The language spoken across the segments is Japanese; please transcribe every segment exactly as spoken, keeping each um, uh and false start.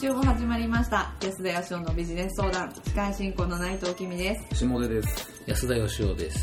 週も始まりました安田義雄のビジネス相談、司会進行の内藤君です。 下出です。 安田義雄です。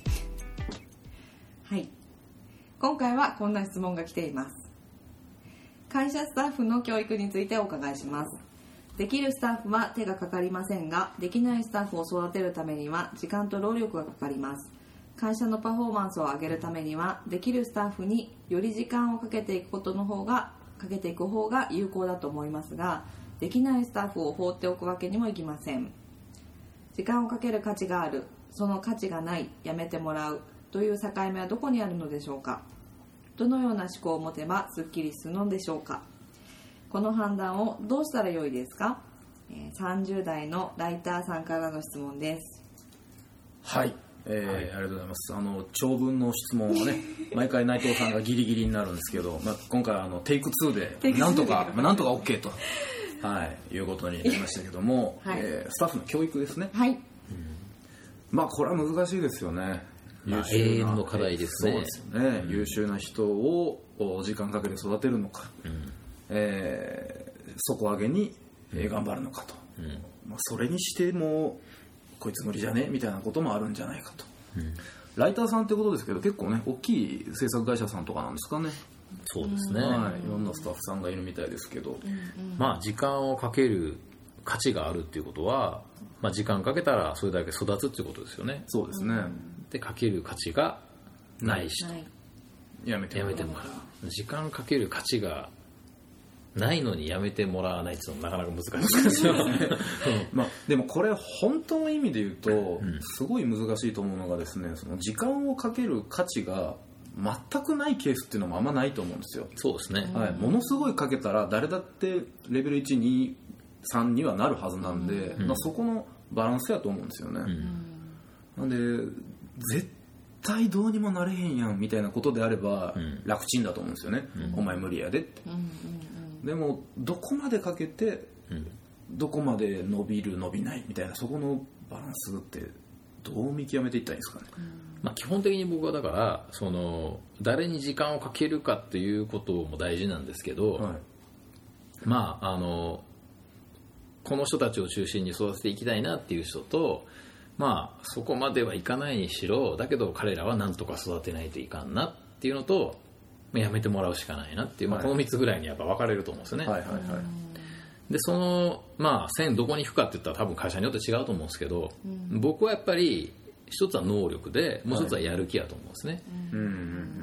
はい、今回はこんな質問が来ています。会社スタッフの教育についてお伺いします。できるスタッフは手がかかりませんが、できないスタッフを育てるためには時間と労力がかかります。会社のパフォーマンスを上げるためには、できるスタッフにより時間をかけていくことの方がかけていく方が有効だと思いますが、できないスタッフを放っておくわけにもいきません。時間をかける価値がある、その価値がない、やめてもらうという境目はどこにあるのでしょうか。どのような思考を持てばスッキリするのでしょうか。この判断をどうしたらよいですか。さんじゅう代のライターさんからの質問です。 はい、えーはい、ありがとうございます。あの長文の質問はね毎回内藤さんがギリギリになるんですけど、まあ、今回はあのテイクツーでなんとかまあ、なんとか OK と、はい、いうことになりましたけども、はい、えー、スタッフの教育ですね。 はい、うん、 まあこれは難しいですよね。 まあ、永遠の課題ですね。 そうですよね、うん、優秀な人を時間かけて育てるのか、うん、えー、底上げに頑張るのかと、うん、まあ、それにしてもこいつ無理じゃねみたいなこともあるんじゃないかと、うん、ライターさんってことですけど結構ね大きい制作会社さんとかなんですかね。 そうですね、 はい、いろんなスタッフさんがいるみたいですけど、うんうん、 まあ時間をかける価値があるっていうことは、まあ、時間かけたらそれだけ育つっていうことですよね。 そうですね、 でかける価値がない人、 ないやめてもらう、 やめてもらう。時間かける価値がないのにやめてもらわないっていうのはなかなか難しいですよねまあ、でもこれ本当の意味で言うとすごい難しいと思うのがですね、その時間をかける価値が全くないケースっていうのもあんまないと思うんですよ。 そうですね、 はい、ものすごいかけたら誰だってレベルいち、に、さんにはなるはずなんで、うん、まあ、そこのバランスやと思うんですよね、うん、なんで絶対どうにもなれへんやんみたいなことであれば楽ちんだと思うんですよね、うん、お前無理やでって、うんうんうん、でもどこまでかけて、うん、どこまで伸びる伸びないみたいな、そこのバランスってどう見極めていったらいいんですかね。 うん、まあ、基本的に僕はだからその誰に時間をかけるかっていうことも大事なんですけど、はい、まああのこの人たちを中心に育てていきたいなっていう人と、まあそこまではいかないにしろだけど彼らはなんとか育てないといかんなっていうのと、やめてもらうしかないなっていう、まあ、このみっつぐらいにやっぱ分かれると思うんですよね。はいはいはい、でそのまあ線どこに行くかって言ったら多分会社によって違うと思うんですけど、うん、僕はやっぱり一つは能力でもう一つはやる気やと思うんですね、はい、うんうんうん、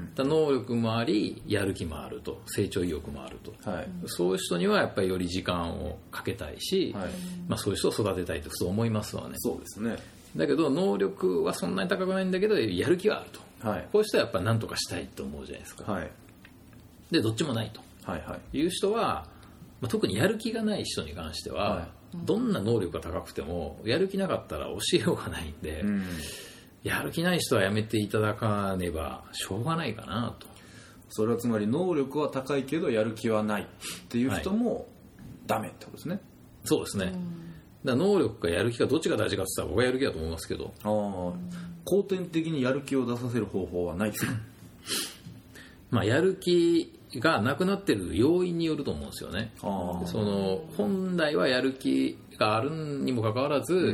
だ能力もありやる気もあると、成長意欲もあると、はい、そういう人にはやっぱりより時間をかけたいし、はい、まあ、そういう人を育てたいと普通思いますわね。 そうですね。 だけど能力はそんなに高くないんだけどやる気はあると、はい、こういう人はやっぱり何とかしたいと思うじゃないですか、はい、でどっちもないと、はいはい、いう人は、まあ、特にやる気がない人に関しては、はい、どんな能力が高くてもやる気なかったら教えようがないんで、うん、やる気ない人はやめていただかねばしょうがないかなと。 それはつまり能力は高いけどやる気はないっていう人もダメってことですね、はい、 そうですね、うん、だから能力かやる気かどっちが大事かって言ったら僕はやる気だと思いますけど、あ、 後天的にやる気を出させる方法はないですかまあやる気がなくなってる要因によると思うんですよね。あ、その本来はやる気があるにもかかわらず、うん、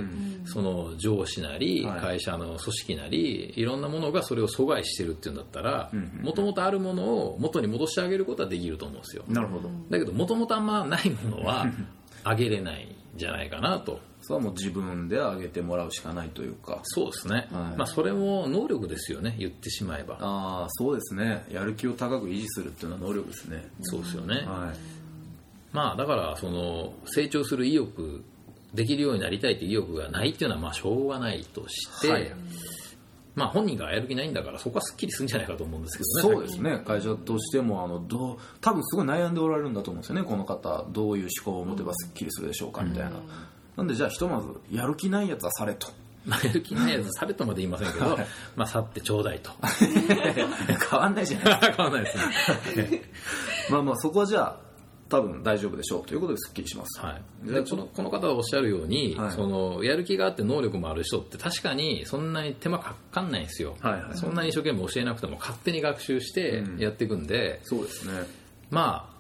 その上司なり会社の組織なり、はい、いろんなものがそれを阻害してるっていうんだったら、もともとあるものを元に戻してあげることはできると思うんですよ。 なるほど。 だけどもともとあんまないものはあげれないんじゃないかなと。 それはもう自分で上げてもらうしかないというか。 そうですね、はい、まあ、それも能力ですよね、言ってしまえば。 ああ、そうですね。やる気を高く維持するっていうのは能力ですね。 そうですよね、 はい、 まあ、だからその成長する意欲、できるようになりたいという意欲がないっていうのはまあしょうがないとして、はい、まあ、本人がやる気ないんだからそこはすっきりするんじゃないかと思うんですけどね。そうですね。会社としてもあのどう多分すごい悩んでおられるんだと思うんですよね。この方どういう思考を持てばすっきりするでしょうかみたいな、うん、なんでじゃあひとまずやる気ないやつはされと、 まあ、やる気ないやつされとまで言いませんけど、はい、まあ、去ってちょうだいと変わんないじゃないですか変わんないですねまあまあそこはじゃあ多分大丈夫でしょうということですっきりします、 はい、でこのこの方がおっしゃるように、はい、そのやる気があって能力もある人って確かにそんなに手間かかんないんですよ、はいはい、そんなに一生懸命教えなくても勝手に学習してやっていくんで、 うん、そうですね。 まあ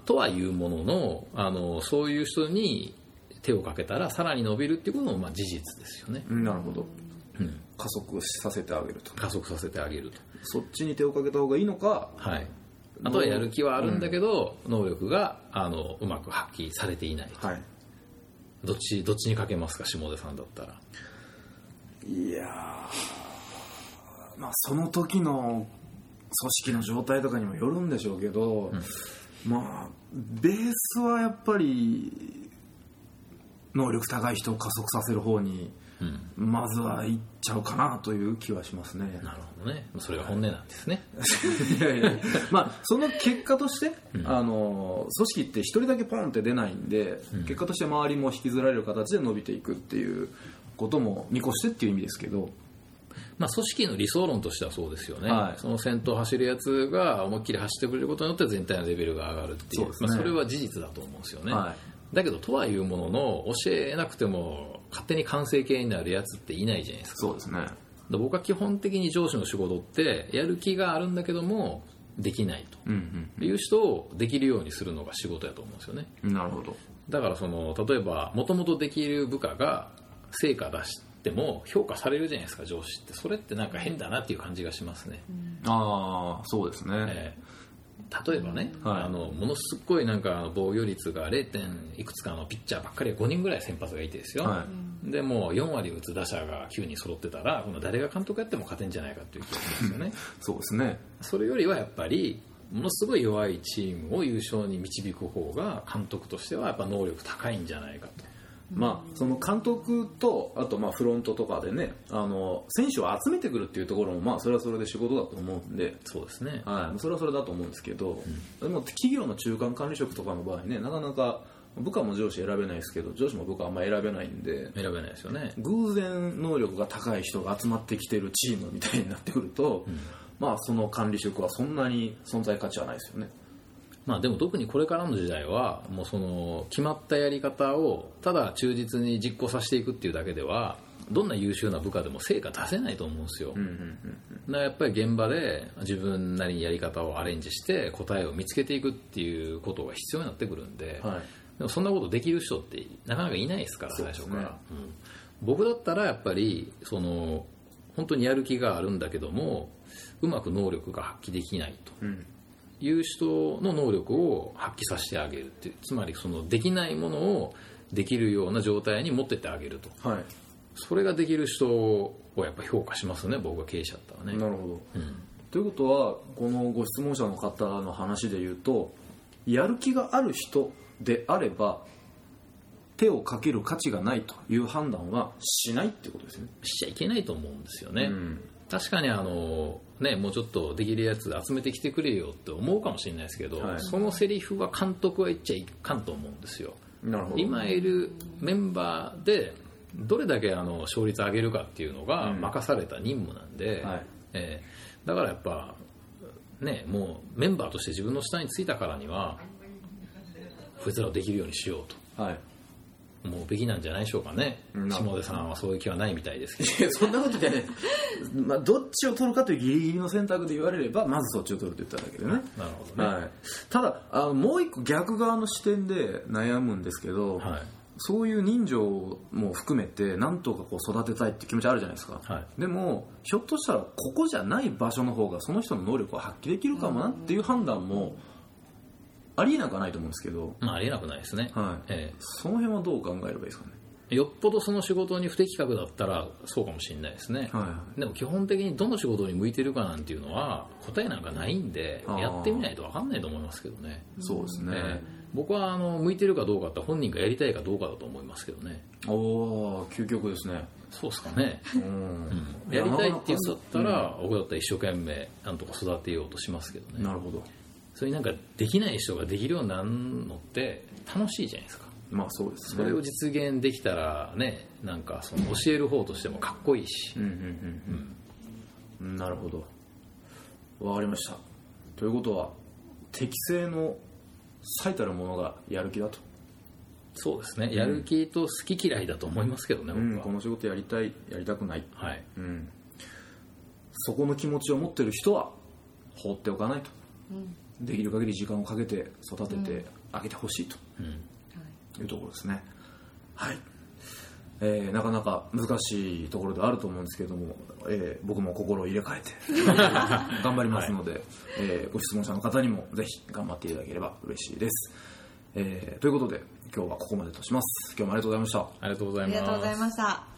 とはいうものの、あのそういう人に手をかけたらさらに伸びるっていうこともまあ事実ですよね。 うん、なるほど、うん、加速させてあげると加速させてあげるとそっちに手をかけた方がいいのか、 はい、あとはやる気はあるんだけど、うん、能力があのうまく発揮されていないと、はい、どっちどっちにかけますか、下出さんだったら。 いやまあその時の組織の状態とかにもよるんでしょうけど、うん、まあベースはやっぱり能力高い人を加速させる方に、うん、まずは行っちゃうかなという気はしますね。 なるほどね。それが本音なんですね。 いやいやまあその結果として、うん、あの組織って一人だけポンって出ないんで、うん、結果として周りも引きずられる形で伸びていくっていうことも見越してっていう意味ですけど、 まあ、組織の理想論としてはそうですよね、はい、その先頭走るやつが思いっきり走ってくれることによって全体のレベルが上がるっていう、 そうですね、まあ、それは事実だと思うんですよね、はい、だけどとはいうものの教えなくても勝手に完成形になるやつっていないじゃないですか。 そうですね。 僕は基本的に上司の仕事ってやる気があるんだけどもできないという人をできるようにするのが仕事やと思うんですよね。 なるほど。 だからその例えばもともとできる部下が成果出しても評価されるじゃないですか、上司って。それってなんか変だなっていう感じがしますね、うん、 ああそうですね、 えー、例えばね、はい、あのものすごいなんか防御率が ゼロ. いくつかのピッチャーばっかりごにんぐらい先発がいてですよ、はい、でもうよんわり打つ打者がきゅうにん揃ってたらこの誰が監督やっても勝てんじゃないかっていう気がしますよねそうですね。 それよりはやっぱりものすごい弱いチームを優勝に導く方が監督としてはやっぱ能力高いんじゃないかと。 まあ、その監督とあとまあフロントとかでね、あの選手を集めてくるっていうところもまあそれはそれで仕事だと思うんで、 そうですね、 はい、それはそれだと思うんですけど、うん、でも企業の中間管理職とかの場合ね、なかなか部下も上司選べないですけど上司も部下あんまり選べないんで、 選べないですよね。 偶然能力が高い人が集まってきてるチームみたいになってくると、うん、まあその管理職はそんなに存在価値はないですよね。 まあ、でも特にこれからの時代はもうその決まったやり方をただ忠実に実行させていくっていうだけではどんな優秀な部下でも成果出せないと思うんですよ、うんうんうんうん、だからやっぱり現場で自分なりにやり方をアレンジして答えを見つけていくっていうことが必要になってくるんで、はい、でもそんなことできる人ってなかなかいないですから最初から、ね、うん、僕だったらやっぱりその本当にやる気があるんだけどもうまく能力が発揮できないと、うん、いう人の能力を発揮させてあげるっていう、つまりそのできないものをできるような状態に持ってってあげると、はい、それができる人をやっぱ評価しますね、僕が経営者だったらね。 なるほど、うん、ということはこのご質問者の方の話で言うと、やる気がある人であれば手をかける価値がないという判断はしないってことですね。 しちゃいけないと思うんですよね、うん、確かにあのね、もうちょっとできるやつ集めてきてくれよって思うかもしれないですけど、はい、そのセリフは監督は言っちゃいかんと思うんですよ。なるほど。今いるメンバーでどれだけあの勝率上げるかっていうのが任された任務なんで、うん、はい、えー、だからやっぱね、もうメンバーとして自分の下についたからにはこいつらをできるようにしようと、はい、もうべきなんじゃないでしょうかね。下出さんはそういう気はないみたいですけど。 いやそんなことじゃないまあどっちを取るかというギリギリの選択で言われればまずそっちを取ると言っただけでね。 なるほどね、はい、 ただあのもう一個逆側の視点で悩むんですけど、はい、そういう人情も含めてなんとかこう育てたいって気持ちあるじゃないですか、はい、でもひょっとしたらここじゃない場所の方がその人の能力を発揮できるかもなっていう判断もありえなくはないと思うんですけど、 まあ、ありえなくないですね、 はい、えー、その辺はどう考えればいいですかね。 よっぽどその仕事に不適格だったらそうかもしれないですね、はい、でも基本的にどの仕事に向いてるかなんていうのは答えなんかないんでやってみないと分かんないと思いますけどね。 そうですね、えー、 僕はあの向いてるかどうかって本人がやりたいかどうかだと思いますけどね。 おお、究極ですね。 そうですかね、うんうん、やりたいって言うんだったら、うん、僕だったら一生懸命なんとか育てようとしますけどね。 なるほど。 それになんかできない人ができるようになるのって楽しいじゃないですか。 まあそうですね。 それを実現できたらね、なんかその教える方としてもかっこいいし、うんうんうんうん、なるほど、わかりました。ということは適正の最たるものがやる気だと。 そうですね、やる気と好き嫌いだと思いますけどね、 うん、 僕は。 この仕事やりたいやりたくない、 はい、うん、 そこの気持ちを持ってる人は放っておかないと、 できる限り時間をかけて育ててあげてほしいというところですね。はい、えー、なかなか難しいところであると思うんですけれども、えー、僕も心を入れ替えて頑張りますので、はい、えー、ご質問者の方にもぜひ頑張っていただければ嬉しいです。えー、ということで今日はここまでとします。今日もありがとうございました。 ありがとうございます。 ありがとうございました。